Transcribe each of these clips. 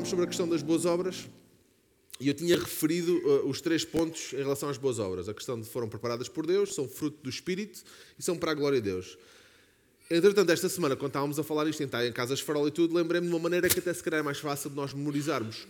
sobre a questão das boas obras e eu tinha referido os 3 pontos em relação às boas obras. A questão de foram preparadas por Deus, são fruto do Espírito e são para a glória de Deus. Entretanto, esta semana, quando estávamos a falar isto em casas de farol e tudo, lembrei-me de uma maneira que até se calhar é mais fácil de nós memorizarmos.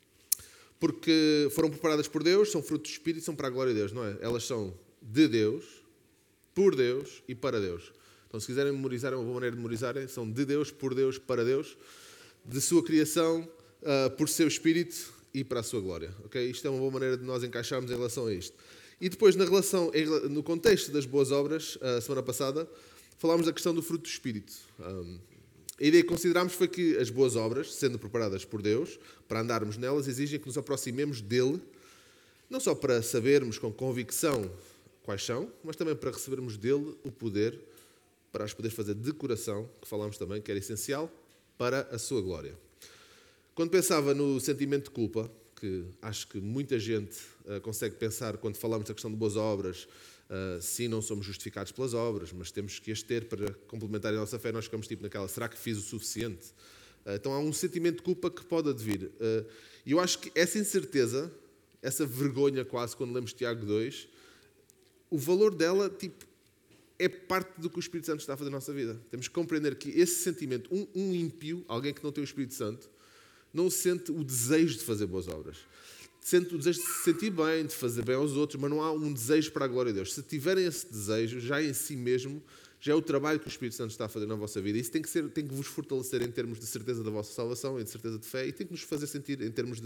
Porque foram preparadas por Deus, são fruto do Espírito e são para a glória de Deus, não é? Elas são de Deus, por Deus e para Deus. Então, se quiserem memorizar, é uma boa maneira de memorizarem. São de Deus, por Deus, para Deus, de sua criação, por seu Espírito e para a sua glória. Okay? Isto é uma boa maneira de nós encaixarmos em relação a isto. E depois, no contexto das boas obras, a semana passada, falámos da questão do fruto do Espírito. A ideia que considerámos foi que as boas obras, sendo preparadas por Deus, para andarmos nelas, exigem que nos aproximemos dele, não só para sabermos com convicção quais são, mas também para recebermos dele o poder para as poder fazer de coração, que falámos também, que era essencial para a sua glória. Quando pensava no sentimento de culpa, que acho que muita gente consegue pensar quando falamos da questão de boas obras, sim, não somos justificados pelas obras, mas temos que as ter para complementar a nossa fé. Nós ficamos tipo naquela, será que fiz o suficiente? Então há um sentimento de culpa que pode advir. E eu acho que essa incerteza, essa vergonha quase, quando lemos Tiago 2, o valor dela tipo, é parte do que o Espírito Santo está a fazer na nossa vida. Temos que compreender que esse sentimento, um ímpio, alguém que não tem o Espírito Santo, não sente o desejo de fazer boas obras. Sente o desejo de se sentir bem, de fazer bem aos outros, mas não há um desejo para a glória de Deus. Se tiverem esse desejo, já em si mesmo, já é o trabalho que o Espírito Santo está a fazer na vossa vida. Isso tem que vos fortalecer em termos de certeza da vossa salvação, em certeza de fé, e tem que nos fazer sentir em termos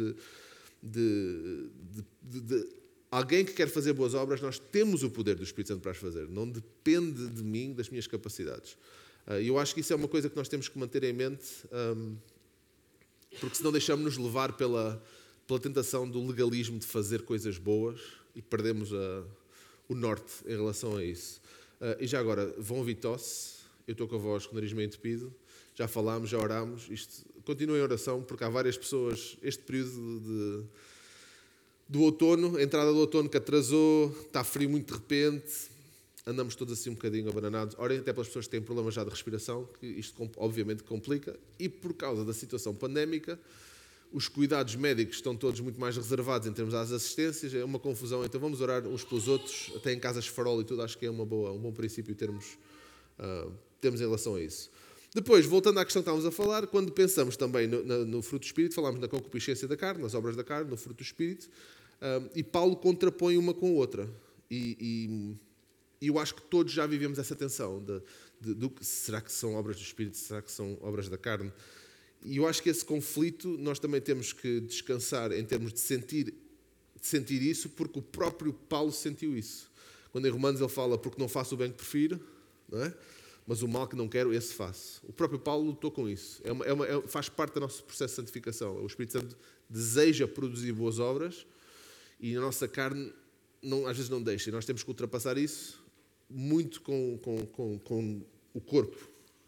de alguém que quer fazer boas obras. Nós temos o poder do Espírito Santo para as fazer. Não depende de mim, das minhas capacidades. E eu acho que isso é uma coisa que nós temos que manter em mente, porque senão deixamos-nos levar pela tentação do legalismo de fazer coisas boas e perdemos o norte em relação a isso. E já agora, vão ouvir tosse, eu estou com a voz com o nariz meio entupido, já falámos, já orámos, continuem em oração, porque há várias pessoas, este período do outono, a entrada do outono que atrasou, está frio muito de repente, andamos todos assim um bocadinho abananados. Orem até pelas pessoas que têm problemas já de respiração, que isto obviamente complica, e por causa da situação pandémica, os cuidados médicos estão todos muito mais reservados em termos das assistências, é uma confusão, então vamos orar uns pelos outros, até em casas de farol e tudo, acho que é um bom princípio termos em relação a isso. Depois, voltando à questão que estávamos a falar, quando pensamos também no fruto do Espírito, falámos na concupiscência da carne, nas obras da carne, no fruto do Espírito, e Paulo contrapõe uma com a outra. E eu acho que todos já vivemos essa tensão, será que são obras do Espírito, será que são obras da carne? E eu acho que esse conflito nós também temos que descansar em termos de sentir isso, porque o próprio Paulo sentiu isso. Quando em Romanos ele fala, porque não faço o bem que prefiro, não é? Mas o mal que não quero, esse faço. O próprio Paulo lutou com isso. Faz parte do nosso processo de santificação. O Espírito Santo deseja produzir boas obras e a nossa carne às vezes não deixa. E nós temos que ultrapassar isso muito com o corpo.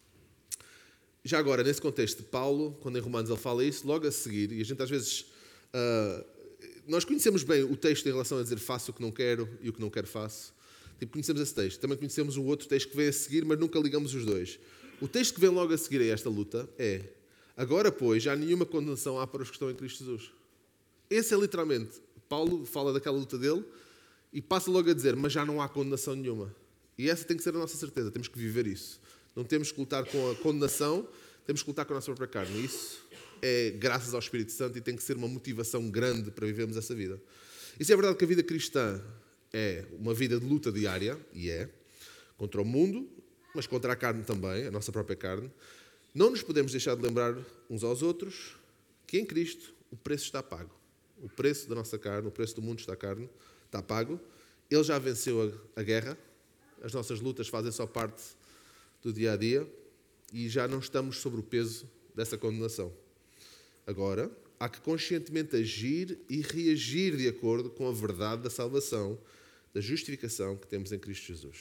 Já agora, nesse contexto de Paulo, quando em Romanos ele fala isso, logo a seguir, e a gente às vezes... nós conhecemos bem o texto em relação a dizer faço o que não quero e o que não quero faço. Tipo, conhecemos esse texto. Também conhecemos um outro texto que vem a seguir, mas nunca ligamos os dois. O texto que vem logo a seguir a esta luta é: agora, pois, já nenhuma condenação há para os que estão em Cristo Jesus. Esse é literalmente... Paulo fala daquela luta dele e passa logo a dizer, mas já não há condenação nenhuma. E essa tem que ser a nossa certeza. Temos que viver isso. Não temos que lutar com a condenação, temos que lutar com a nossa própria carne. E isso é graças ao Espírito Santo e tem que ser uma motivação grande para vivermos essa vida. E se é verdade que a vida cristã é uma vida de luta diária, e é, contra o mundo, mas contra a carne também, a nossa própria carne, não nos podemos deixar de lembrar uns aos outros que em Cristo o preço está pago. O preço da nossa carne, o preço do mundo está pago. Ele já venceu a guerra, as nossas lutas fazem só parte do dia a dia e já não estamos sobre o peso dessa condenação. Agora, há que conscientemente agir e reagir de acordo com a verdade da salvação, da justificação que temos em Cristo Jesus.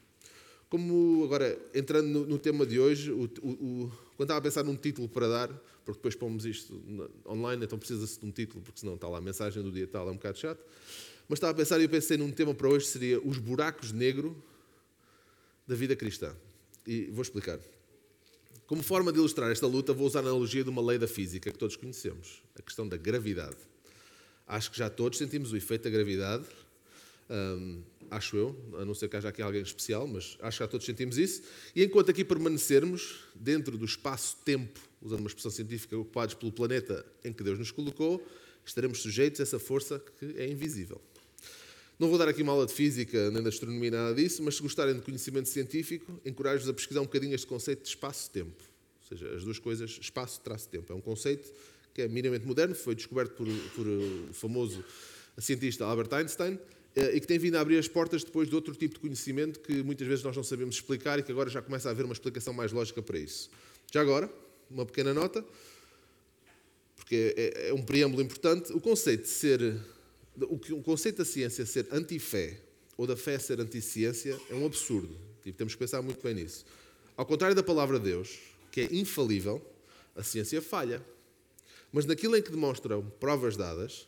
Como agora, entrando no tema de hoje, quando estava a pensar num título para dar, porque depois pomos isto online, então precisa-se de um título, porque senão está lá a mensagem do dia tal, é um bocado chato, mas estava a pensar e eu pensei num tema para hoje, seria os buracos negros da vida cristã. E vou explicar. Como forma de ilustrar esta luta, vou usar a analogia de uma lei da física que todos conhecemos, a questão da gravidade. Acho que já todos sentimos o efeito da gravidade, acho eu, a não ser que haja aqui alguém especial, mas acho que já todos sentimos isso. E enquanto aqui permanecermos dentro do espaço-tempo, usando uma expressão científica, ocupados pelo planeta em que Deus nos colocou, estaremos sujeitos a essa força que é invisível. Não vou dar aqui uma aula de física nem de astronomia, nada disso, mas se gostarem de conhecimento científico, encorajo-vos a pesquisar um bocadinho este conceito de espaço-tempo. Ou seja, as duas coisas, espaço-tempo. É um conceito que é minimamente moderno, foi descoberto por o famoso cientista Albert Einstein, e que tem vindo a abrir as portas depois de outro tipo de conhecimento que muitas vezes nós não sabemos explicar e que agora já começa a haver uma explicação mais lógica para isso. Já agora, uma pequena nota, porque é um preâmbulo importante, o conceito da ciência ser anti-fé ou da fé ser anti-ciência é um absurdo. Temos que pensar muito bem nisso. Ao contrário da palavra de Deus, que é infalível, a ciência falha. Mas naquilo em que demonstram provas dadas,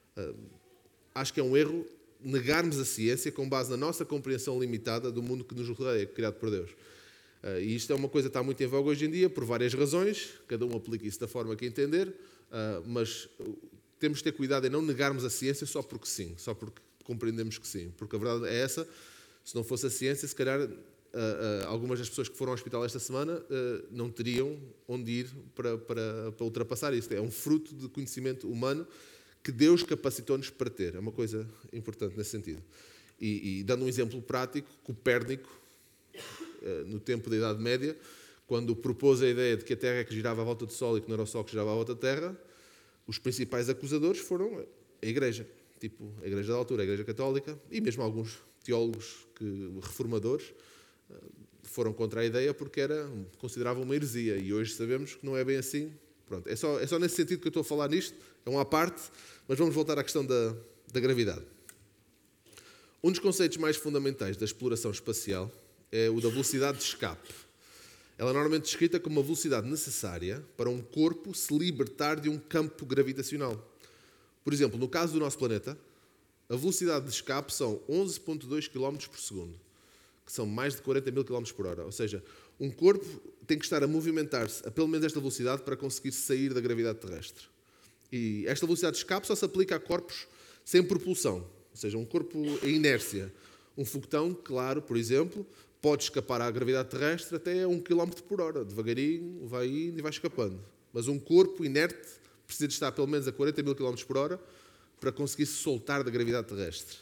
acho que é um erro negarmos a ciência com base na nossa compreensão limitada do mundo que nos rodeia, criado por Deus. E isto é uma coisa que está muito em voga hoje em dia, por várias razões, cada um aplica isso da forma que entender, mas temos de ter cuidado em não negarmos a ciência só porque sim, só porque compreendemos que sim, porque a verdade é essa, se não fosse a ciência, se calhar algumas das pessoas que foram ao hospital esta semana não teriam onde ir para ultrapassar isto. É um fruto de conhecimento humano que Deus capacitou-nos para ter. É uma coisa importante nesse sentido. E dando um exemplo prático, Copérnico, no tempo da Idade Média, quando propôs a ideia de que a Terra é que girava à volta do Sol e que não era o Sol que girava à volta da Terra, os principais acusadores foram a Igreja, tipo a Igreja da altura, a Igreja Católica, e mesmo alguns teólogos reformadores foram contra a ideia porque consideravam uma heresia. E hoje sabemos que não é bem assim. Pronto, é só nesse sentido que eu estou a falar nisto, é uma à parte, mas vamos voltar à questão da gravidade. Um dos conceitos mais fundamentais da exploração espacial é o da velocidade de escape. Ela é normalmente descrita como uma velocidade necessária para um corpo se libertar de um campo gravitacional. Por exemplo, no caso do nosso planeta, a velocidade de escape são 11,2 km por segundo, que são mais de 40 mil km por hora. Ou seja, um corpo tem que estar a movimentar-se a pelo menos esta velocidade para conseguir sair da gravidade terrestre. E esta velocidade de escape só se aplica a corpos sem propulsão, ou seja, um corpo em inércia. Um foguetão, claro, por exemplo, pode escapar à gravidade terrestre até a 1 km por hora. Devagarinho, vai indo e vai escapando. Mas um corpo inerte precisa de estar pelo menos a 40 mil km por hora para conseguir se soltar da gravidade terrestre.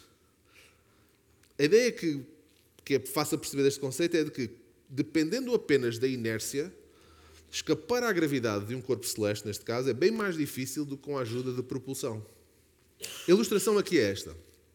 A ideia que é fácil perceber deste conceito é de que, dependendo apenas da inércia, escapar à gravidade de um corpo celeste, neste caso, é bem mais difícil do que com a ajuda de propulsão. A ilustração aqui é esta.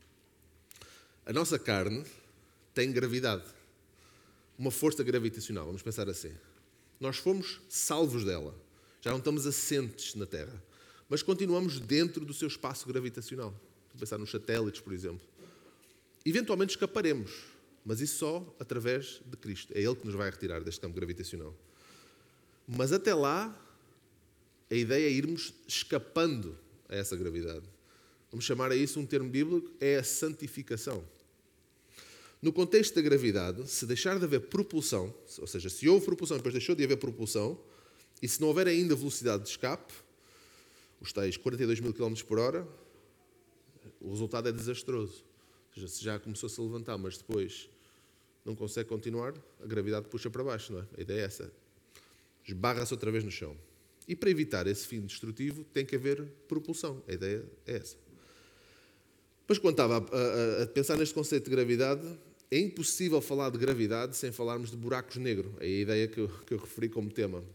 A nossa carne tem gravidade. Uma força gravitacional, vamos pensar assim. Nós fomos salvos dela. Já não estamos assentes na Terra. Mas continuamos dentro do seu espaço gravitacional. Vamos pensar nos satélites, por exemplo. Eventualmente escaparemos, mas isso só através de Cristo. É Ele que nos vai retirar deste campo gravitacional. Mas até lá, a ideia é irmos escapando a essa gravidade. Vamos chamar a isso um termo bíblico, é a santificação. No contexto da gravidade, se deixar de haver propulsão, ou seja, se houve propulsão e depois deixou de haver propulsão, e se não houver ainda velocidade de escape, os tais 42 mil km por hora, o resultado é desastroso. Ou seja, se já começou a se levantar, mas depois não consegue continuar, a gravidade puxa para baixo, não é? A ideia é essa. Esbarra-se outra vez no chão. E para evitar esse fim destrutivo, tem que haver propulsão. A ideia é essa. Mas quando estava a pensar neste conceito de gravidade, é impossível falar de gravidade sem falarmos de buracos negros. É a ideia que eu referi como tema.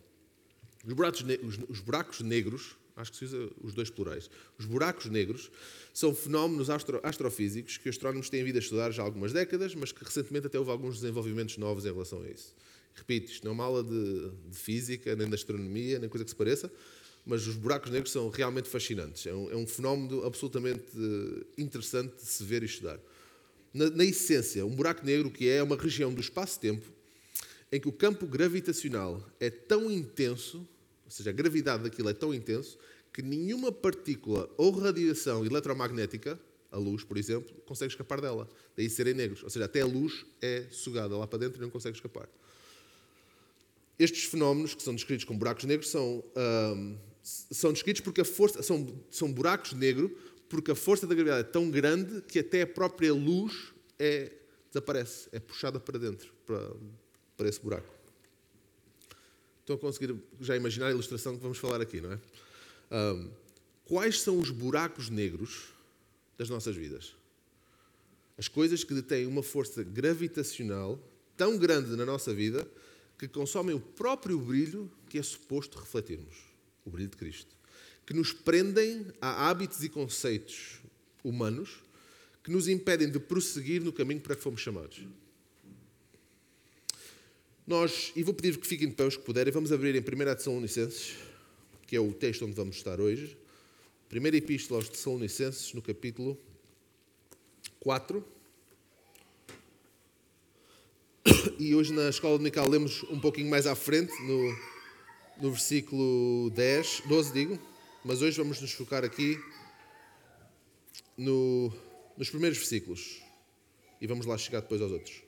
Os buracos negros, acho que se usa os dois plurais, os buracos negros são fenómenos astrofísicos que os astrónomos têm vindo a estudar já há algumas décadas, mas que recentemente até houve alguns desenvolvimentos novos em relação a isso. Repito, isto não é uma aula de física, nem de astronomia, nem coisa que se pareça, mas os buracos negros são realmente fascinantes. É um fenómeno absolutamente interessante de se ver e estudar. Na essência, um buraco negro que é uma região do espaço-tempo em que o campo gravitacional é tão intenso, ou seja, a gravidade daquilo é tão intenso, que nenhuma partícula ou radiação eletromagnética, a luz, por exemplo, consegue escapar dela. Daí serem negros. Ou seja, até a luz é sugada lá para dentro e não consegue escapar. estes fenómenos, que são descritos como buracos negros, são descritos porque são buracos negros porque a força da gravidade é tão grande que até a própria luz desaparece, é puxada para dentro, para esse buraco. Estão a conseguir já imaginar a ilustração que vamos falar aqui, não é? Quais são os buracos negros das nossas vidas? As coisas que detêm uma força gravitacional tão grande na nossa vida que consomem o próprio brilho que é suposto refletirmos, o brilho de Cristo. Que nos prendem a hábitos e conceitos humanos que nos impedem de prosseguir no caminho para que fomos chamados. E vou pedir que fiquem de pé os que puderem, vamos abrir em 1 Tessalonicenses, que é o texto onde vamos estar hoje. Primeira Epístola aos Tessalonicenses, no capítulo 4. E hoje na escola dominical lemos um pouquinho mais à frente, no versículo 12 digo, mas hoje vamos nos focar aqui nos primeiros versículos e vamos lá chegar depois aos outros.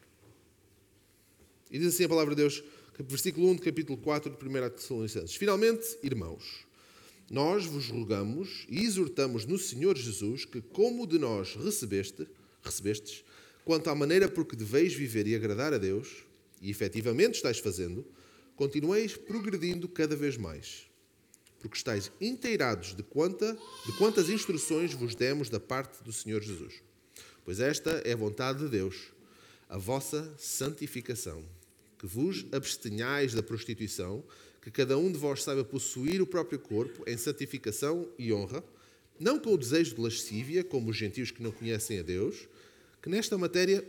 E diz assim a palavra de Deus, versículo 1 do capítulo 4 de 1 Tessalonicenses. Finalmente, irmãos, nós vos rogamos e exortamos no Senhor Jesus que, como de nós recebestes, quanto à maneira por que deveis viver e agradar a Deus, e efetivamente estáis fazendo, continueis progredindo cada vez mais, porque estáis inteirados de quantas instruções vos demos da parte do Senhor Jesus. Pois esta é a vontade de Deus, a vossa santificação, que vos abstenhais da prostituição, que cada um de vós saiba possuir o próprio corpo em santificação e honra, não com o desejo de lascívia, como os gentios que não conhecem a Deus, que nesta matéria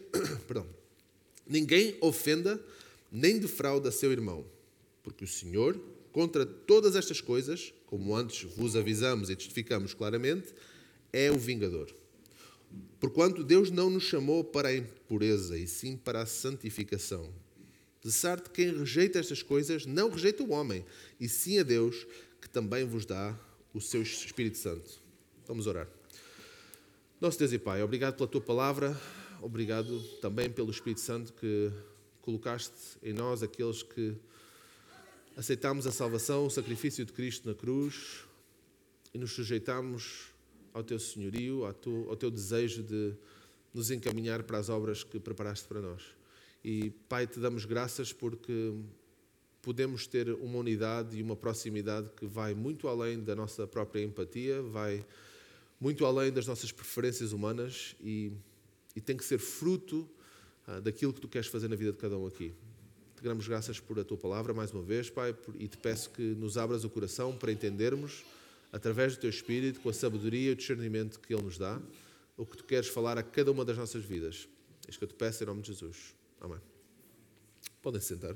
ninguém ofenda nem defrauda seu irmão, porque o Senhor, contra todas estas coisas, como antes vos avisamos e testificamos claramente, é o vingador. Porquanto Deus não nos chamou para a impureza, e sim para a santificação. De sorte que quem rejeita estas coisas não rejeita o homem, e sim a Deus, que também vos dá o seu Espírito Santo. Vamos orar. Nosso Deus e Pai, obrigado pela Tua palavra, obrigado também pelo Espírito Santo que colocaste em nós, aqueles que aceitamos a salvação, o sacrifício de Cristo na cruz e nos sujeitamos ao Teu senhorio, ao Teu desejo de nos encaminhar para as obras que preparaste para nós. E, Pai, Te damos graças porque podemos ter uma unidade e uma proximidade que vai muito além da nossa própria empatia, vai muito além das nossas preferências humanas e tem que ser fruto daquilo que Tu queres fazer na vida de cada um aqui. Te damos graças por a Tua palavra, mais uma vez, Pai, e Te peço que nos abras o coração para entendermos, através do Teu Espírito, com a sabedoria e o discernimento que Ele nos dá, o que Tu queres falar a cada uma das nossas vidas. É isso que eu Te peço em nome de Jesus. Amém. Podem se sentar.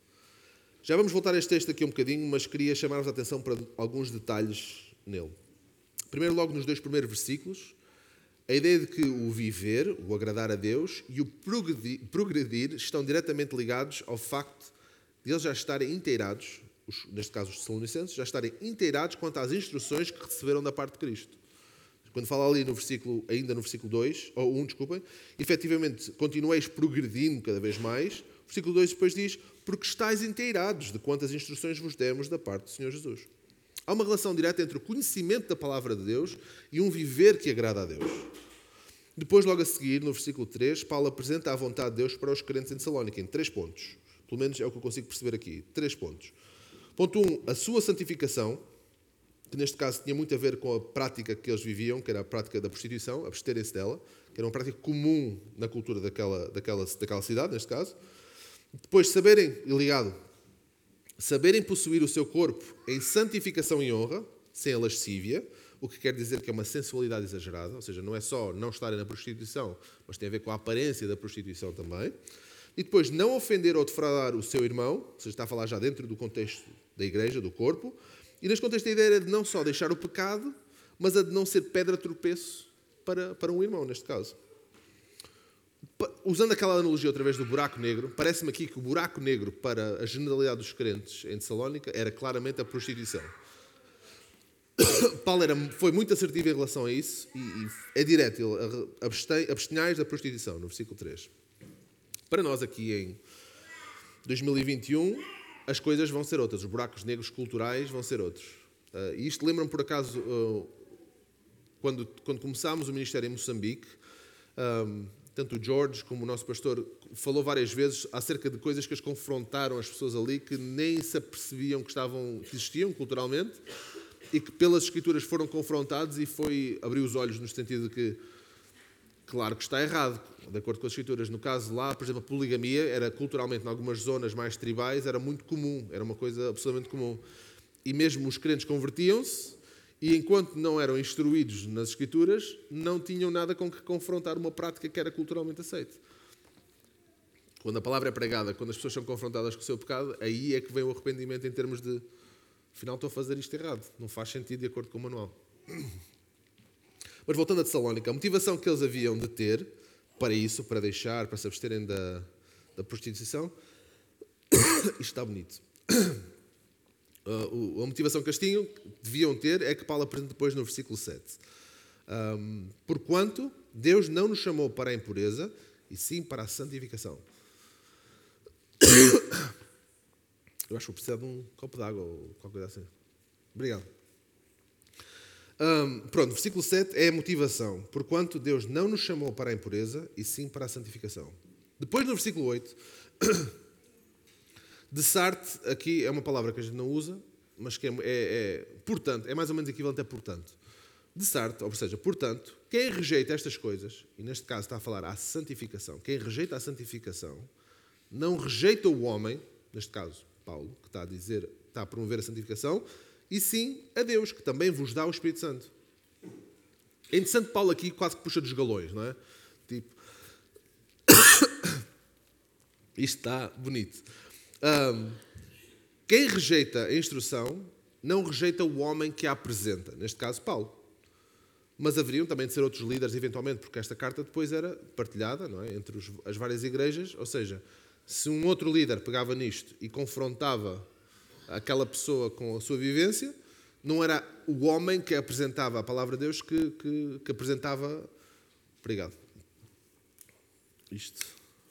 Já vamos voltar a este texto aqui um bocadinho, mas queria chamar-vos a atenção para alguns detalhes nele. Primeiro, logo nos 2 primeiros versículos, a ideia de que o viver, o agradar a Deus e o progredir estão diretamente ligados ao facto de eles já estarem inteirados, neste caso os Tessalonicenses, já estarem inteirados quanto às instruções que receberam da parte de Cristo. Quando fala ali no versículo, ainda no versículo 2, ou 1, desculpem, efetivamente continueis progredindo cada vez mais. O versículo 2 depois diz, porque estáis inteirados de quantas instruções vos demos da parte do Senhor Jesus. Há uma relação direta entre o conhecimento da palavra de Deus e um viver que agrada a Deus. Depois, logo a seguir, no versículo 3, Paulo apresenta a vontade de Deus para os crentes em Tessalónica, em 3 pontos. Pelo menos é o que eu consigo perceber aqui. 3 pontos. Ponto 1, a sua santificação, que neste caso tinha muito a ver com a prática que eles viviam, que era a prática da prostituição, absterem-se dela, que era uma prática comum na cultura daquela cidade, neste caso. Depois, saberem possuir o seu corpo em santificação e honra, sem a lascívia, o que quer dizer que é uma sensualidade exagerada, ou seja, não é só não estarem na prostituição, mas tem a ver com a aparência da prostituição também. E depois, não ofender ou defraudar o seu irmão, ou seja, está a falar já dentro do contexto da igreja, do corpo. E neste contexto a ideia era de não só deixar o pecado, mas a de não ser pedra de tropeço para um irmão, neste caso. Usando aquela analogia outra vez do buraco negro, parece-me aqui que o buraco negro para a generalidade dos crentes em Tessalónica era claramente a prostituição. Paulo foi muito assertivo em relação a isso e é direto, ele abstenhais da prostituição, no versículo 3. Para nós aqui em 2021, as coisas vão ser outras, os buracos negros culturais vão ser outros. E isto lembra-me, por acaso, quando começámos o ministério em Moçambique, tanto o George como o nosso pastor falou várias vezes acerca de coisas que as confrontaram as pessoas ali, que nem se apercebiam que existiam culturalmente, e que pelas Escrituras foram confrontados, e abriu os olhos no sentido de que, claro que está errado, de acordo com as Escrituras. No caso lá, por exemplo, a poligamia era culturalmente, em algumas zonas mais tribais, era muito comum, era uma coisa absolutamente comum. E mesmo os crentes convertiam-se, e enquanto não eram instruídos nas Escrituras, não tinham nada com que confrontar uma prática que era culturalmente aceita. Quando a palavra é pregada, quando as pessoas são confrontadas com o seu pecado, aí é que vem o arrependimento em termos de, afinal estou a fazer isto errado, não faz sentido de acordo com o manual. Mas voltando a Tessalónica, a motivação que eles haviam de ter para isso, para deixar, para se absterem da prostituição, isto está bonito. A motivação que eles deviam ter é que Paulo apresenta depois no versículo 7. Porquanto Deus não nos chamou para a impureza, e sim para a santificação. Eu acho que vou precisar de um copo de água ou qualquer coisa assim. Obrigado. Pronto, versículo 7 é a motivação. Porquanto Deus não nos chamou para a impureza, e sim para a santificação. Depois, no versículo 8, dessarte, aqui é uma palavra que a gente não usa, mas que portanto, é mais ou menos equivalente a portanto. Dessarte, ou seja, portanto, quem rejeita estas coisas, e neste caso está a falar à santificação, quem rejeita a santificação, não rejeita o homem, neste caso Paulo, que está a promover a santificação, e sim a Deus, que também vos dá o Espírito Santo. É interessante, Paulo aqui quase que puxa dos galões, não é? Tipo, isto está bonito. Quem rejeita a instrução, não rejeita o homem que a apresenta, neste caso Paulo. Mas haveriam também de ser outros líderes, eventualmente, porque esta carta depois era partilhada, não é? Entre as várias igrejas, ou seja, se um outro líder pegava nisto e confrontava aquela pessoa com a sua vivência, não era o homem que apresentava a palavra de Deus que apresentava... Obrigado. Isto.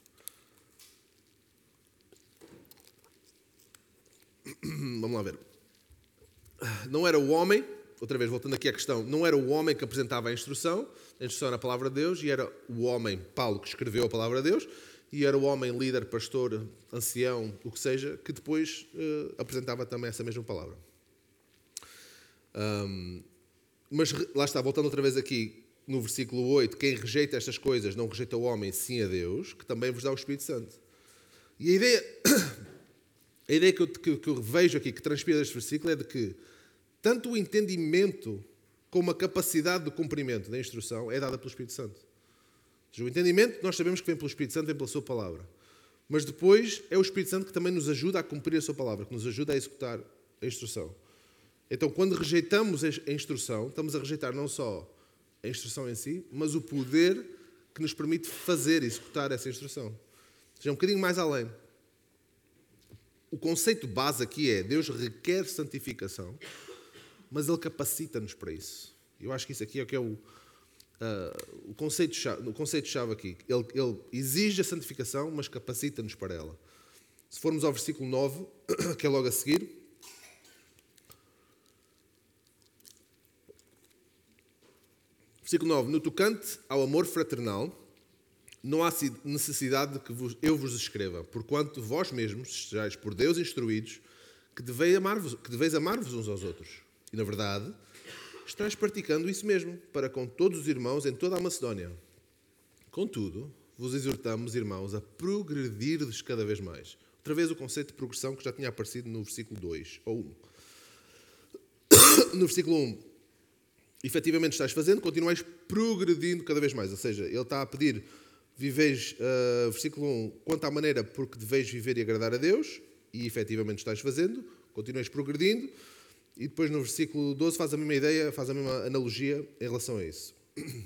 Vamos lá ver. Não era o homem, outra vez voltando aqui à questão, não era o homem que apresentava a instrução era a palavra de Deus, e era o homem, Paulo, que escreveu a palavra de Deus, e era o homem, líder, pastor, ancião, o que seja, que depois apresentava também essa mesma palavra. Mas lá está, voltando outra vez aqui no versículo 8, quem rejeita estas coisas não rejeita o homem, sim a Deus, que também vos dá o Espírito Santo. E a ideia que eu vejo aqui, que transpira deste versículo, é de que tanto o entendimento como a capacidade de cumprimento da instrução é dada pelo Espírito Santo. Ou seja, o entendimento, nós sabemos que vem pelo Espírito Santo, vem pela sua palavra. Mas depois é o Espírito Santo que também nos ajuda a cumprir a sua palavra, que nos ajuda a executar a instrução. Então, quando rejeitamos a instrução, estamos a rejeitar não só a instrução em si, mas o poder que nos permite fazer e executar essa instrução. Ou seja, um bocadinho mais além. O conceito base aqui é Deus requer santificação, mas Ele capacita-nos para isso. Eu acho que isso aqui é o que é o conceito-chave aqui. Ele exige a santificação, mas capacita-nos para ela. Se formos ao versículo 9, que é logo a seguir. Versículo 9. No tocante ao amor fraternal, não há necessidade de que eu vos escreva, porquanto vós mesmos sejais por Deus instruídos que deveis amar-vos uns aos outros. E, na verdade, estáis praticando isso mesmo, para com todos os irmãos em toda a Macedónia. Contudo, vos exortamos, irmãos, a progredir-vos cada vez mais. Outra vez o conceito de progressão que já tinha aparecido no versículo 2, ou 1. No versículo 1, efetivamente estáis fazendo, continuais progredindo cada vez mais. Ou seja, ele está a pedir, versículo 1, quanto à maneira porque deveis viver e agradar a Deus, e efetivamente estáis fazendo, continuais progredindo. E depois no versículo 12 faz a mesma ideia, faz a mesma analogia em relação a isso.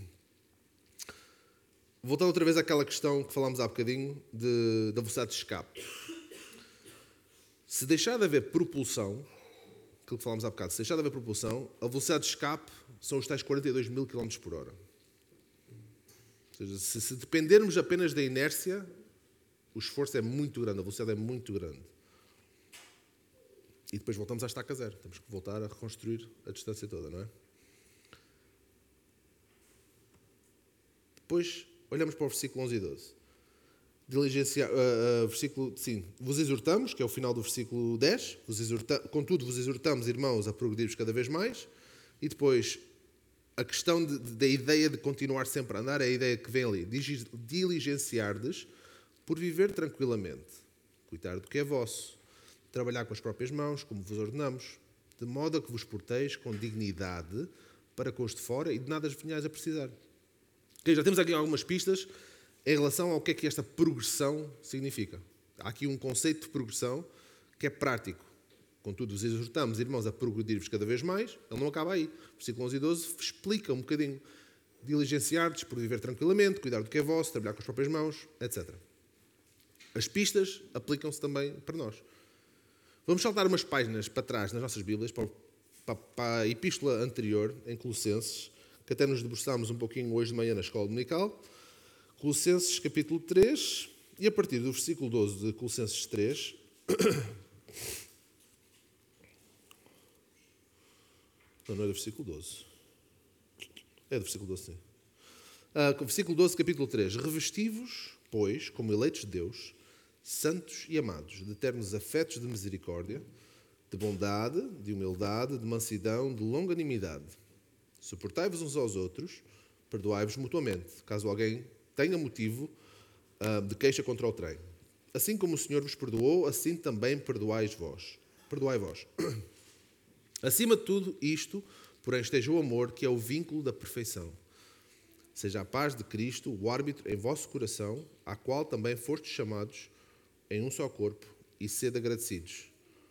Voltando outra vez àquela questão que falámos há bocadinho da velocidade de escape. Se deixar de haver propulsão, aquilo que falámos há bocado, se deixar de haver propulsão, a velocidade de escape são os tais 42 mil km por hora. Ou seja, se dependermos apenas da inércia, o esforço é muito grande, a velocidade é muito grande. E depois voltamos à estaca zero. Temos que voltar a reconstruir a distância toda, não é? Depois, olhamos para o versículo 11 e 12. Vos exortamos, que é o final do versículo 10. Contudo, vos exortamos, irmãos, a progredir-vos cada vez mais. E depois, a questão da ideia de continuar sempre a andar é a ideia que vem ali. Diligenciar-des por viver tranquilamente, cuidar do que é vosso, trabalhar com as próprias mãos, como vos ordenamos, de modo a que vos porteis com dignidade para com os de fora e de nada venhais a precisar. Okay, já temos aqui algumas pistas em relação ao que é que esta progressão significa. Há aqui um conceito de progressão que é prático. Contudo, vos exortamos, irmãos, a progredir-vos cada vez mais. Ele não acaba aí. Versículo 11 e 12 explica um bocadinho. Diligenciar-vos por viver tranquilamente, cuidar do que é vosso, trabalhar com as próprias mãos, etc. As pistas aplicam-se também para nós. Vamos saltar umas páginas para trás nas nossas Bíblias, para a epístola anterior, em Colossenses, que até nos debruçámos um pouquinho hoje de manhã na escola dominical. Colossenses capítulo 3, e a partir do versículo 12 de Colossenses 3... Não é do versículo 12. É do versículo 12, sim. Versículo 12, capítulo 3. Revesti-vos, pois, como eleitos de Deus, santos e amados, de eternos afetos de misericórdia, de bondade, de humildade, de mansidão, de longanimidade. Suportai-vos uns aos outros, perdoai-vos mutuamente, caso alguém tenha motivo de queixa contra o trem. Assim como o Senhor vos perdoou, assim também perdoai vós. Acima de tudo isto, porém, esteja o amor, que é o vínculo da perfeição. Seja a paz de Cristo o árbitro em vosso coração, à qual também fostes chamados em um só corpo, e sede agradecidos.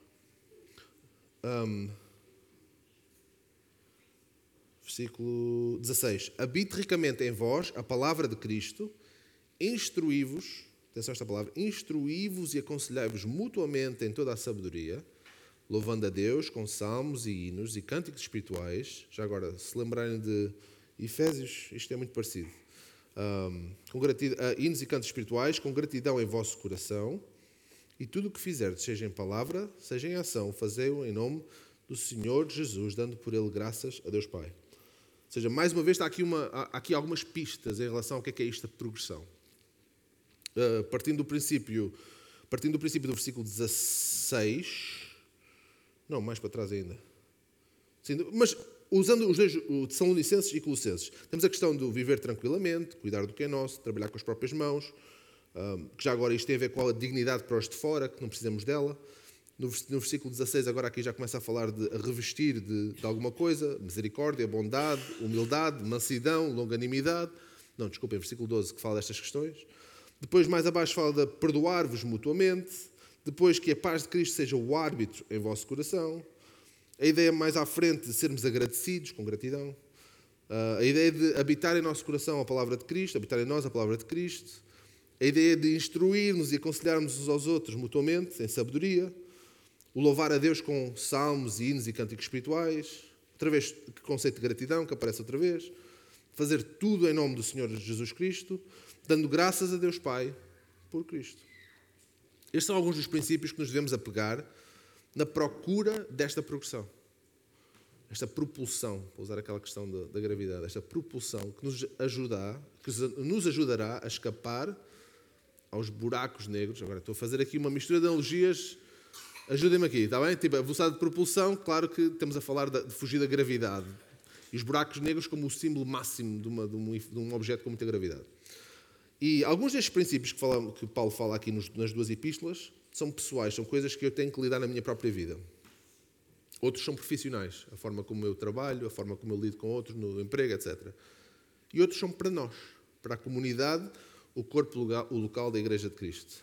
Versículo 16. Habite ricamente em vós a palavra de Cristo, instruí-vos, atenção a esta palavra, instruí-vos e aconselhai-vos mutuamente em toda a sabedoria, louvando a Deus com salmos e hinos e cânticos espirituais. Já agora, se lembrarem de Efésios, isto é muito parecido. Hinos e cânticos espirituais, com gratidão em vosso coração, e tudo o que fizerdes, seja em palavra, seja em ação, fazei-o em nome do Senhor Jesus, dando por ele graças a Deus Pai. Ou seja, mais uma vez, há aqui algumas pistas em relação ao que é esta progressão. Partindo do princípio do versículo 16... Não, mais para trás ainda. Sim, mas usando os dois, o Tessalonicenses e Colossenses, temos a questão do viver tranquilamente, cuidar do que é nosso, trabalhar com as próprias mãos, que já agora isto tem a ver com a dignidade para os de fora, que não precisamos dela. No versículo 16, agora aqui já começa a falar de revestir de alguma coisa, misericórdia, bondade, humildade, mansidão, longanimidade. Não, desculpem, versículo 12 que fala destas questões. Depois, mais abaixo, fala de perdoar-vos mutuamente. Depois, que a paz de Cristo seja o árbitro em vosso coração. A ideia mais à frente de sermos agradecidos, com gratidão. A ideia de habitar em nosso coração a palavra de Cristo, habitar em nós a palavra de Cristo. A ideia de instruir-nos e aconselharmos uns aos outros mutuamente, em sabedoria. O louvar a Deus com salmos, hinos e cânticos espirituais. Outra vez, que conceito de gratidão, que aparece outra vez. Fazer tudo em nome do Senhor Jesus Cristo, dando graças a Deus Pai por Cristo. Estes são alguns dos princípios que nos devemos apegar na procura desta progressão. Esta propulsão, vou usar aquela questão da gravidade, esta propulsão que nos ajudará a escapar aos buracos negros. Agora estou a fazer aqui uma mistura de analogias, ajudem-me aqui, está bem? Tipo, a velocidade de propulsão, claro que estamos a falar de fugir da gravidade. E os buracos negros como o símbolo máximo de um objeto com muita gravidade. E alguns destes princípios que Paulo fala aqui nas duas epístolas são pessoais, são coisas que eu tenho que lidar na minha própria vida. Outros são profissionais, a forma como eu trabalho, a forma como eu lido com outros no emprego, etc. E outros são para nós, para a comunidade, o corpo, o local da Igreja de Cristo.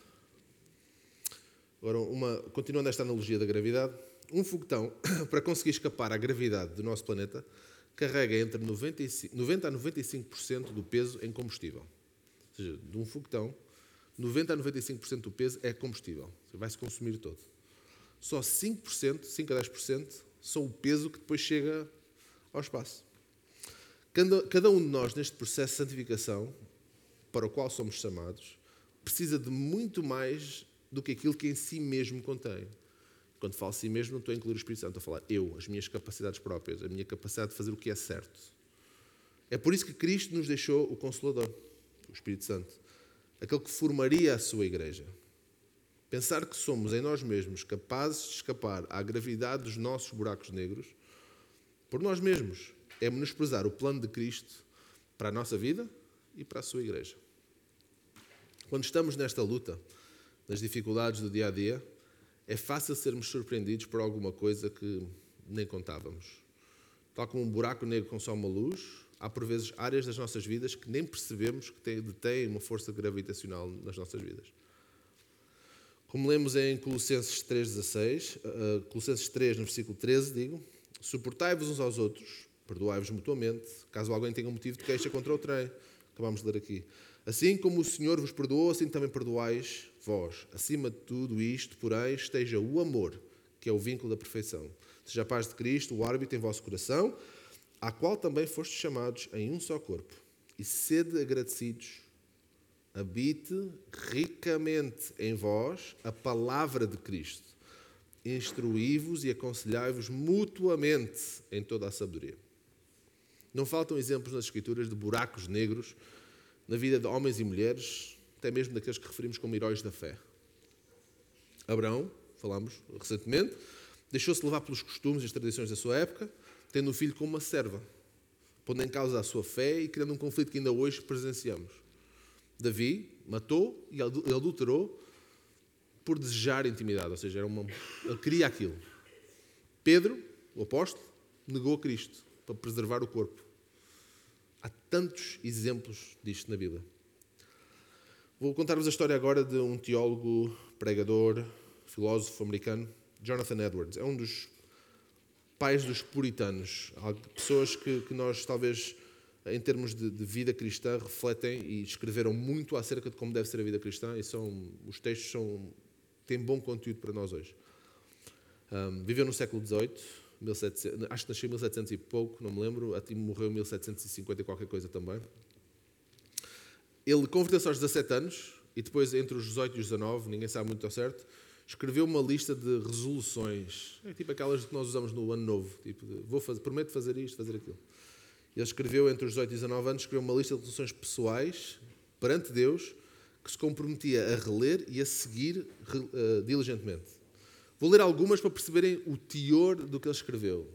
Agora, continuando esta analogia da gravidade, um foguetão, para conseguir escapar à gravidade do nosso planeta, carrega entre 90% a 95% do peso em combustível. Ou seja, de um foguetão, 90% a 95% do peso é combustível. Vai-se consumir todo. Só 5%, 5 a 10% são o peso que depois chega ao espaço. Cada um de nós, neste processo de santificação, para o qual somos chamados, precisa de muito mais do que aquilo que em si mesmo contém. Quando falo si mesmo, não estou a incluir o Espírito Santo, estou a falar eu, as minhas capacidades próprias, a minha capacidade de fazer o que é certo. É por isso que Cristo nos deixou o Consolador, o Espírito Santo, aquele que formaria a sua igreja. Pensar que somos em nós mesmos capazes de escapar à gravidade dos nossos buracos negros, por nós mesmos, é menosprezar o plano de Cristo para a nossa vida e para a sua igreja. Quando estamos nesta luta, nas dificuldades do dia a dia, é fácil sermos surpreendidos por alguma coisa que nem contávamos. Tal como um buraco negro consome uma luz, há por vezes áreas das nossas vidas que nem percebemos que detêm uma força gravitacional nas nossas vidas. Como lemos em Colossenses 3,16, Colossenses 3, no versículo 13, digo: suportai-vos uns aos outros, perdoai-vos mutuamente, caso alguém tenha um motivo de queixa contra outrem. Acabamos de ler aqui. Assim como o Senhor vos perdoou, assim também perdoais vós. Acima de tudo isto, porém, esteja o amor, que é o vínculo da perfeição. Seja a paz de Cristo o árbitro em vosso coração, à qual também fostes chamados em um só corpo. E sede agradecidos. Habite ricamente em vós a palavra de Cristo. Instruí-vos e aconselhai-vos mutuamente em toda a sabedoria. Não faltam exemplos nas Escrituras de buracos negros na vida de homens e mulheres, até mesmo daqueles que referimos como heróis da fé. Abraão, falámos recentemente, deixou-se levar pelos costumes e as tradições da sua época, tendo um filho como uma serva, pondo em causa a sua fé e criando um conflito que ainda hoje presenciamos. Davi matou e adulterou por desejar intimidade, ou seja, ele queria aquilo. Pedro, o apóstolo, negou a Cristo para preservar o corpo. Há tantos exemplos disto na Bíblia. Vou contar-vos a história agora de um teólogo, pregador, filósofo americano, Jonathan Edwards. É um dos pais dos puritanos. Há pessoas que nós, talvez, em termos de vida cristã, refletem e escreveram muito acerca de como deve ser a vida cristã, e os textos têm bom conteúdo para nós hoje. Viveu no século XVIII, 1700, acho que nasceu em 1700 e pouco, não me lembro, até morreu em 1750 e qualquer coisa também. Ele converteu-se aos 17 anos e depois, entre os 18 e os 19, ninguém sabe muito ao certo, escreveu uma lista de resoluções, tipo aquelas que nós usamos no Ano Novo, tipo prometo fazer isto, fazer aquilo. Ele escreveu, entre os 18 e 19 anos, escreveu uma lista de resoluções pessoais perante Deus que se comprometia a reler e a seguir diligentemente. Vou ler algumas para perceberem o teor do que ele escreveu.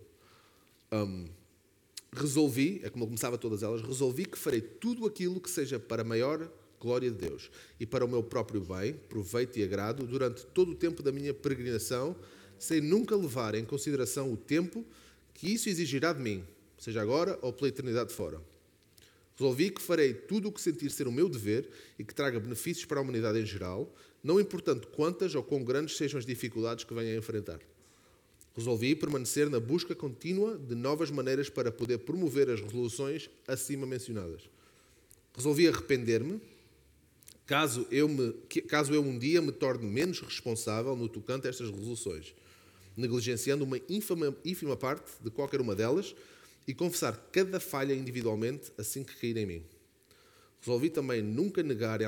Resolvi, é como ele começava todas elas, resolvi que farei tudo aquilo que seja para a maior glória de Deus e para o meu próprio bem, proveito e agrado durante todo o tempo da minha peregrinação, sem nunca levar em consideração o tempo que isso exigirá de mim, seja agora ou pela eternidade fora. Resolvi que farei tudo o que sentir ser o meu dever e que traga benefícios para a humanidade em geral, não importando quantas ou quão grandes sejam as dificuldades que venha a enfrentar. Resolvi permanecer na busca contínua de novas maneiras para poder promover as resoluções acima mencionadas. Resolvi arrepender-me, caso eu um dia me torne menos responsável no tocante a estas resoluções, negligenciando uma ínfima parte de qualquer uma delas e confessar cada falha individualmente assim que cair em mim. Resolvi também nunca negar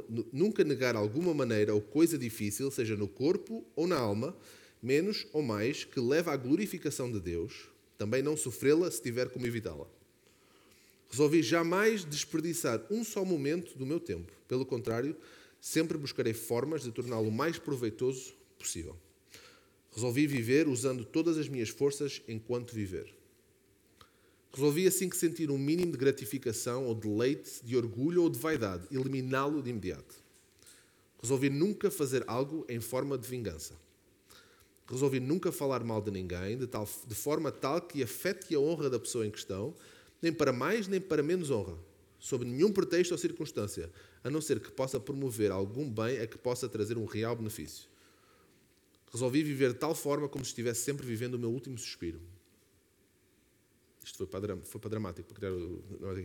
alguma maneira ou coisa difícil, seja no corpo ou na alma, menos ou mais, que leva à glorificação de Deus, também não sofrê-la se tiver como evitá-la. Resolvi jamais desperdiçar um só momento do meu tempo. Pelo contrário, sempre buscarei formas de torná-lo o mais proveitoso possível. Resolvi viver usando todas as minhas forças enquanto viver. Resolvi assim que sentir um mínimo de gratificação ou deleite, de orgulho ou de vaidade, eliminá-lo de imediato. Resolvi nunca fazer algo em forma de vingança. Resolvi nunca falar mal de ninguém, de forma tal que afete a honra da pessoa em questão, nem para mais nem para menos honra, sob nenhum pretexto ou circunstância, a não ser que possa promover algum bem a que possa trazer um real benefício. Resolvi viver de tal forma como se estivesse sempre vivendo o meu último suspiro. Isto foi para dramático, para criar o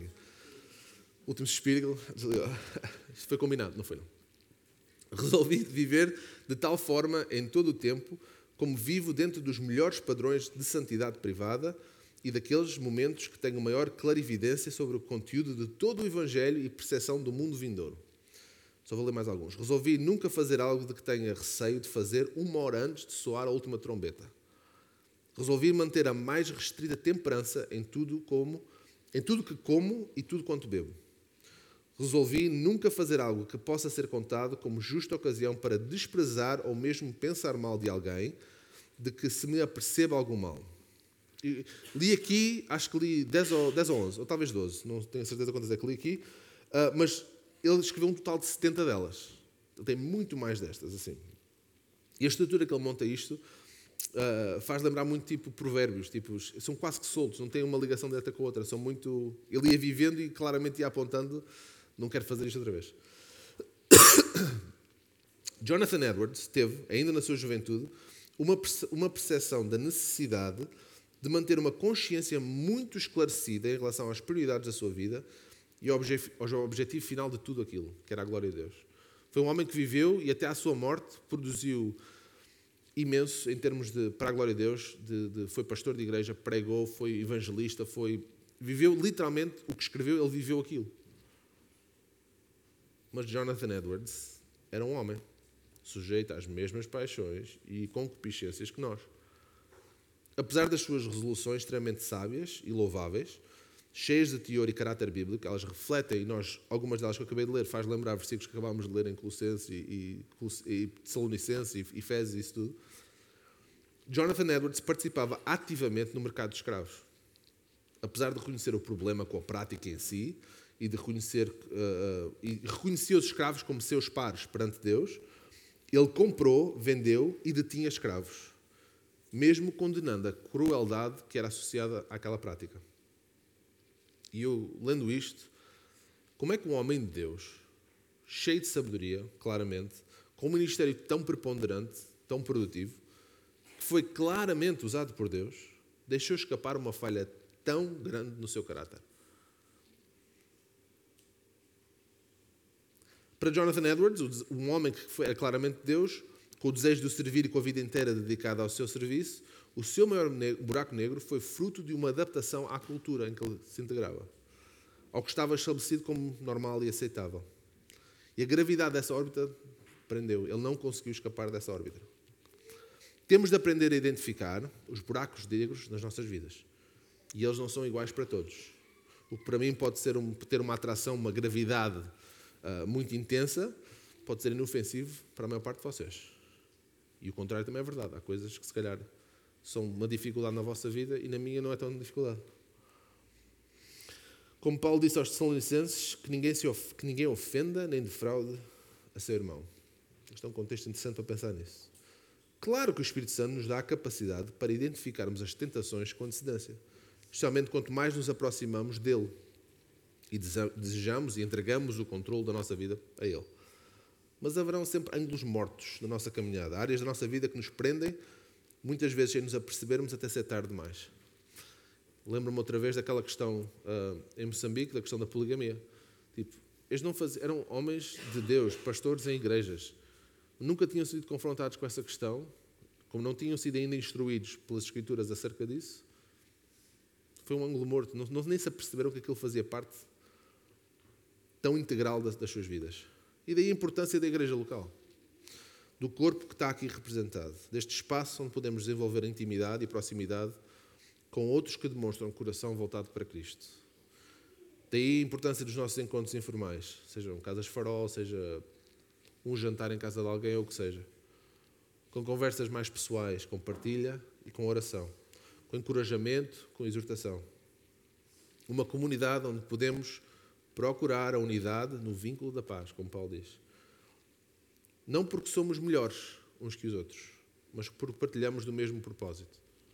último suspiro. Isto foi combinado, não foi? Não. Resolvi viver de tal forma em todo o tempo como vivo dentro dos melhores padrões de santidade privada e daqueles momentos que tenho maior clarividência sobre o conteúdo de todo o Evangelho e percepção do mundo vindouro. Só vou ler mais alguns. Resolvi nunca fazer algo de que tenha receio de fazer 1 hora antes de soar a última trombeta. Resolvi manter a mais restrita temperança em tudo que como e tudo quanto bebo. Resolvi nunca fazer algo que possa ser contado como justa ocasião para desprezar ou mesmo pensar mal de alguém, de que se me aperceba algum mal. E li aqui, acho que li 10 ou 11, ou talvez 12, não tenho certeza quantas é que li aqui, mas ele escreveu um total de 70 delas. Ele tem muito mais destas, assim. E a estrutura que ele monta isto faz lembrar muito tipo provérbios, tipo, são quase que soltos, não têm uma ligação direta com a outra, são muito... Ele ia vivendo e claramente ia apontando, não quero fazer isto outra vez. Jonathan Edwards teve, ainda na sua juventude, uma percepção da necessidade de manter uma consciência muito esclarecida em relação às prioridades da sua vida e ao objetivo final de tudo aquilo, que era a glória de Deus. Foi um homem que viveu e até à sua morte produziu imenso em termos de, para a glória de Deus, foi pastor de igreja, pregou, foi evangelista, viveu literalmente o que escreveu, ele viveu aquilo. Mas Jonathan Edwards era um homem sujeito às mesmas paixões e concupiscências que nós. Apesar das suas resoluções extremamente sábias e louváveis, cheias de teor e caráter bíblico, elas refletem, e algumas delas que eu acabei de ler, faz lembrar versículos que acabámos de ler em Colossenses e Tessalonicenses e Efésios e isso tudo. Jonathan Edwards participava ativamente no mercado de escravos. Apesar de reconhecer o problema com a prática em si e de reconhecia os escravos como seus pares perante Deus, ele comprou, vendeu e detinha escravos, mesmo condenando a crueldade que era associada àquela prática. E eu, lendo isto, como é que um homem de Deus, cheio de sabedoria, claramente, com um ministério tão preponderante, tão produtivo, que foi claramente usado por Deus, deixou escapar uma falha tão grande no seu caráter? Para Jonathan Edwards, um homem que era claramente Deus, com o desejo de o servir e com a vida inteira dedicada ao seu serviço, o seu maior buraco negro foi fruto de uma adaptação à cultura em que ele se integrava, ao que estava estabelecido como normal e aceitável. E a gravidade dessa órbita prendeu. Ele não conseguiu escapar dessa órbita. Temos de aprender a identificar os buracos negros nas nossas vidas. E eles não são iguais para todos. O que para mim pode ser ter uma atração, uma gravidade muito intensa, pode ser inofensivo para a maior parte de vocês. E o contrário também é verdade. Há coisas que se calhar são uma dificuldade na vossa vida e na minha não é tão dificuldade. Como Paulo disse aos Tessalonicenses, que ninguém ofenda nem defraude a seu irmão. Isto é um contexto interessante para pensar nisso. Claro que o Espírito Santo nos dá a capacidade para identificarmos as tentações com antecedência, especialmente quanto mais nos aproximamos dele e desejamos e entregamos o controle da nossa vida a ele. Mas haverão sempre ângulos mortos na nossa caminhada, áreas da nossa vida que nos prendem, muitas vezes sem nos apercebermos até ser tarde demais. Lembro-me outra vez daquela questão em Moçambique, da questão da poligamia. Tipo, eles eram homens de Deus, pastores em igrejas. Nunca tinham sido confrontados com essa questão, como não tinham sido ainda instruídos pelas Escrituras acerca disso. Foi um ângulo morto. Nem se aperceberam que aquilo fazia parte tão integral das suas vidas. E daí a importância da igreja local, do corpo que está aqui representado, deste espaço onde podemos desenvolver intimidade e proximidade com outros que demonstram um coração voltado para Cristo. Daí a importância dos nossos encontros informais, sejam casas farol, seja um jantar em casa de alguém ou o que seja, com conversas mais pessoais, com partilha e com oração, com encorajamento, com exortação. Uma comunidade onde podemos procurar a unidade no vínculo da paz, como Paulo diz. Não porque somos melhores uns que os outros, mas porque partilhamos do mesmo propósito.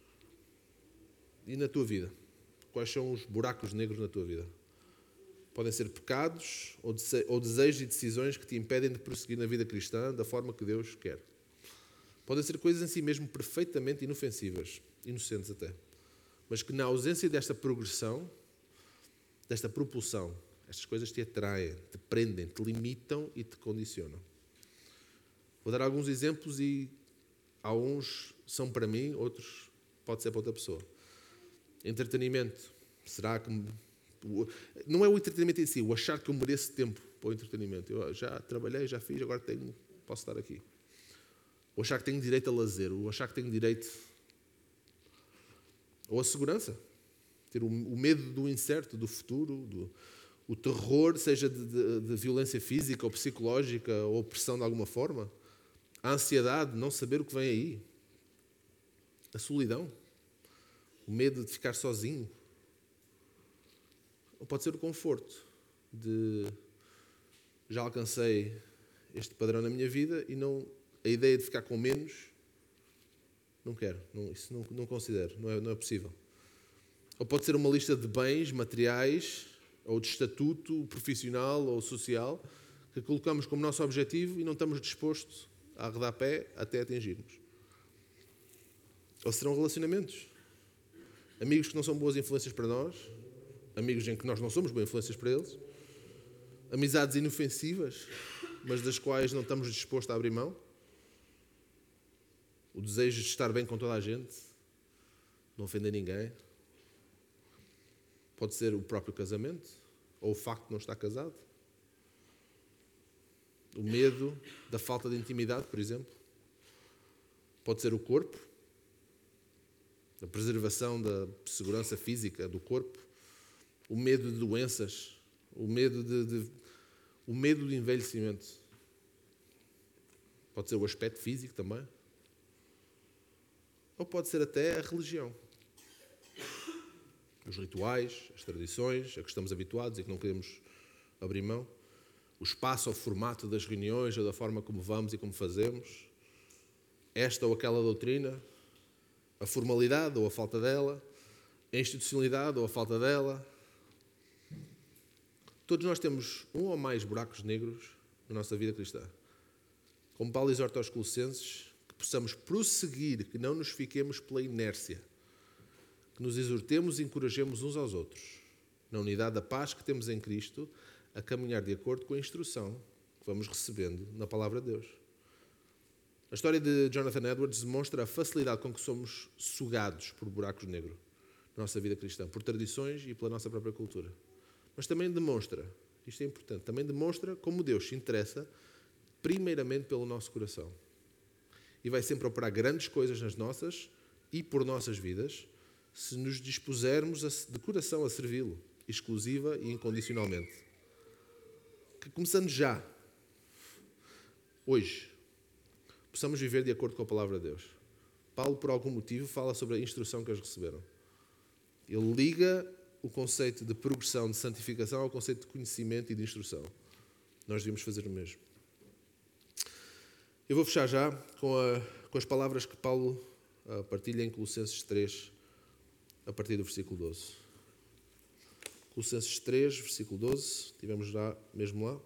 E na tua vida? Quais são os buracos negros na tua vida? Podem ser pecados ou desejos e decisões que te impedem de prosseguir na vida cristã da forma que Deus quer. Podem ser coisas em si mesmo perfeitamente inofensivas, inocentes até, mas que na ausência desta progressão, desta propulsão, estas coisas te atraem, te prendem, te limitam e te condicionam. Vou dar alguns exemplos e alguns são para mim, outros pode ser para outra pessoa. Entretenimento. Será que Não é o entretenimento em si, o achar que eu mereço tempo para o entretenimento. Eu já trabalhei, já fiz, agora posso estar aqui. O achar que tenho direito a lazer, o achar que tenho direito... Ou a segurança. Ter o medo do incerto, do futuro, o terror, seja de violência física ou psicológica ou opressão de alguma forma. A ansiedade, não saber o que vem aí. A solidão. O medo de ficar sozinho. Ou pode ser o conforto de já alcancei este padrão na minha vida e a ideia de ficar com menos, não quero. Isso não considero. Não é possível. Ou pode ser uma lista de bens materiais ou de estatuto profissional ou social que colocamos como nosso objetivo e não estamos dispostos a arredar pé até atingirmos. Ou serão relacionamentos. Amigos que não são boas influências para nós, amigos em que nós não somos boas influências para eles, amizades inofensivas, mas das quais não estamos dispostos a abrir mão, o desejo de estar bem com toda a gente, não ofender ninguém. Pode ser o próprio casamento, ou o facto de não estar casado. O medo da falta de intimidade, por exemplo. Pode ser o corpo, a preservação da segurança física do corpo. O medo de doenças, o medo de envelhecimento. Pode ser o aspecto físico também. Ou pode ser até a religião. Os rituais, as tradições, a que estamos habituados e que não queremos abrir mão. O espaço ou formato das reuniões ou da forma como vamos e como fazemos. Esta ou aquela doutrina. A formalidade ou a falta dela. A institucionalidade ou a falta dela. Todos nós temos um ou mais buracos negros na nossa vida cristã. Como Paulo exorta aos Colossenses, que possamos prosseguir, que não nos fiquemos pela inércia. Que nos exortemos e encorajemos uns aos outros, na unidade da paz que temos em Cristo, a caminhar de acordo com a instrução que vamos recebendo na Palavra de Deus. A história de Jonathan Edwards demonstra a facilidade com que somos sugados por buracos negros na nossa vida cristã, por tradições e pela nossa própria cultura. Mas também demonstra, isto é importante, também demonstra como Deus se interessa primeiramente pelo nosso coração. E vai sempre operar grandes coisas nas nossas e por nossas vidas, se nos dispusermos de coração a servi-lo, exclusiva e incondicionalmente. Que começando já, hoje, possamos viver de acordo com a Palavra de Deus. Paulo, por algum motivo, fala sobre a instrução que eles receberam. Ele liga o conceito de progressão, de santificação, ao conceito de conhecimento e de instrução. Nós devíamos fazer o mesmo. Eu vou fechar já com as palavras que Paulo partilha em Colossenses 3, a partir do versículo 12. Colossenses 3, versículo 12. Tivemos já mesmo lá.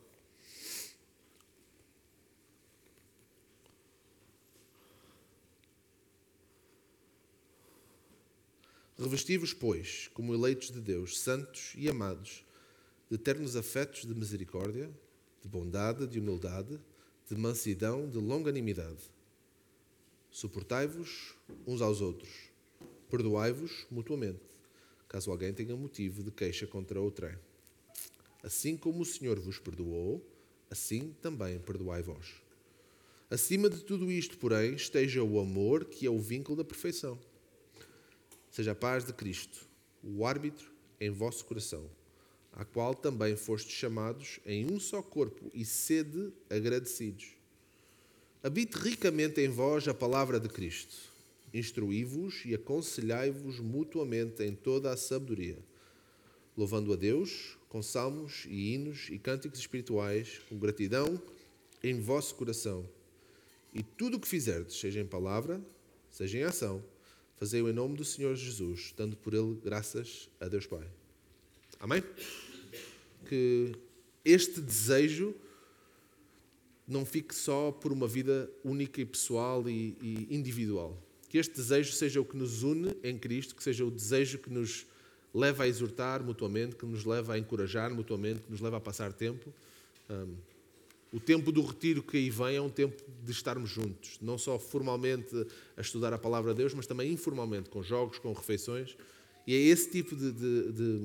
Revesti-vos, pois, como eleitos de Deus, santos e amados, de eternos afetos de misericórdia, de bondade, de humildade, de mansidão, de longanimidade. Suportai-vos uns aos outros. Perdoai-vos mutuamente, caso alguém tenha motivo de queixa contra outrem. Assim como o Senhor vos perdoou, assim também perdoai vós. Acima de tudo isto, porém, esteja o amor, que é o vínculo da perfeição. Seja a paz de Cristo, o árbitro em vosso coração, à qual também fostes chamados em um só corpo, e sede agradecidos. Habite ricamente em vós a palavra de Cristo. Instruí-vos e aconselhai-vos mutuamente em toda a sabedoria, louvando a Deus com salmos e hinos e cânticos espirituais, com gratidão em vosso coração. E tudo o que fizerdes, seja em palavra, seja em ação, fazei-o em nome do Senhor Jesus, dando por ele graças a Deus Pai. Amém? Que este desejo não fique só por uma vida única e pessoal e individual. Que este desejo seja o que nos une em Cristo, que seja o desejo que nos leva a exortar mutuamente, que nos leva a encorajar mutuamente, que nos leva a passar tempo. O tempo do retiro que aí vem é um tempo de estarmos juntos, não só formalmente a estudar a Palavra de Deus, mas também informalmente, com jogos, com refeições. E é esse tipo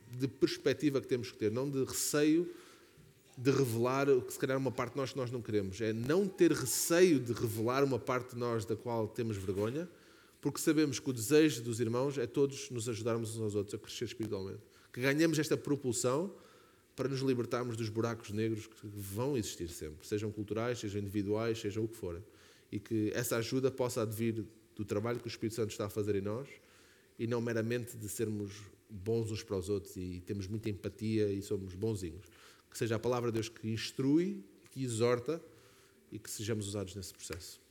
de perspectiva que temos que ter, não de receio de revelar o que se calhar uma parte de nós que nós não queremos. É não ter receio de revelar uma parte de nós da qual temos vergonha, porque sabemos que o desejo dos irmãos é todos nos ajudarmos uns aos outros a crescer espiritualmente. Que ganhemos esta propulsão para nos libertarmos dos buracos negros que vão existir sempre, sejam culturais, sejam individuais, sejam o que forem. E que essa ajuda possa advir do trabalho que o Espírito Santo está a fazer em nós e não meramente de sermos bons uns para os outros e temos muita empatia e somos bonzinhos. Que seja a palavra de Deus que instrui, que exorta e que sejamos usados nesse processo.